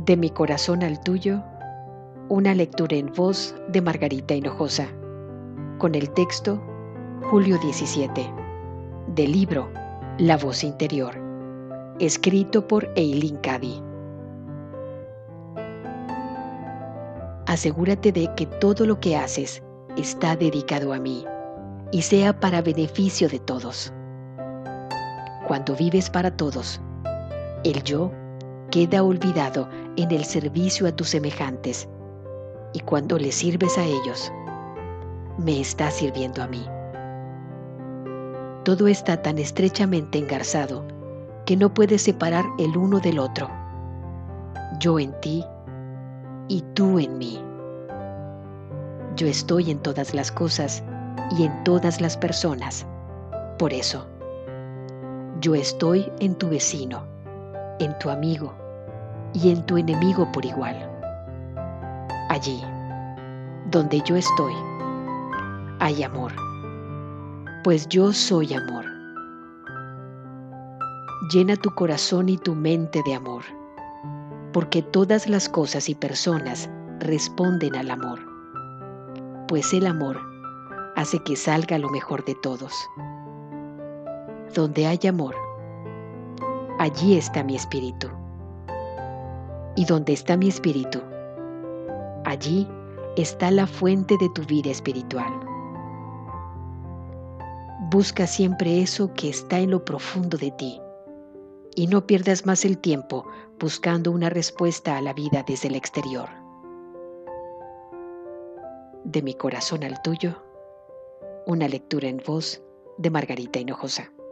De mi corazón al tuyo, una lectura en voz de Margarita Hinojosa, con el texto Julio 17, del libro La voz interior, escrito por Eileen Cady. Asegúrate de que todo lo que haces está dedicado a mí y sea para beneficio de todos. Cuando vives para todos, el yo queda olvidado en el servicio a tus semejantes, y cuando les sirves a ellos, me estás sirviendo a mí. Todo está tan estrechamente engarzado que no puedes separar el uno del otro. Yo en ti y tú en mí. Yo estoy en todas las cosas y en todas las personas. Por eso, yo estoy en tu vecino, en tu amigo y en tu enemigo por igual. Allí, donde yo estoy, hay amor, pues yo soy amor. Llena tu corazón y tu mente de amor, porque todas las cosas y personas responden al amor, pues el amor hace que salga lo mejor de todos. Donde hay amor, allí está mi espíritu. Y donde está mi espíritu, allí está la fuente de tu vida espiritual. Busca siempre eso que está en lo profundo de ti y no pierdas más el tiempo buscando una respuesta a la vida desde el exterior. De mi corazón al tuyo, una lectura en voz de Margarita Hinojosa.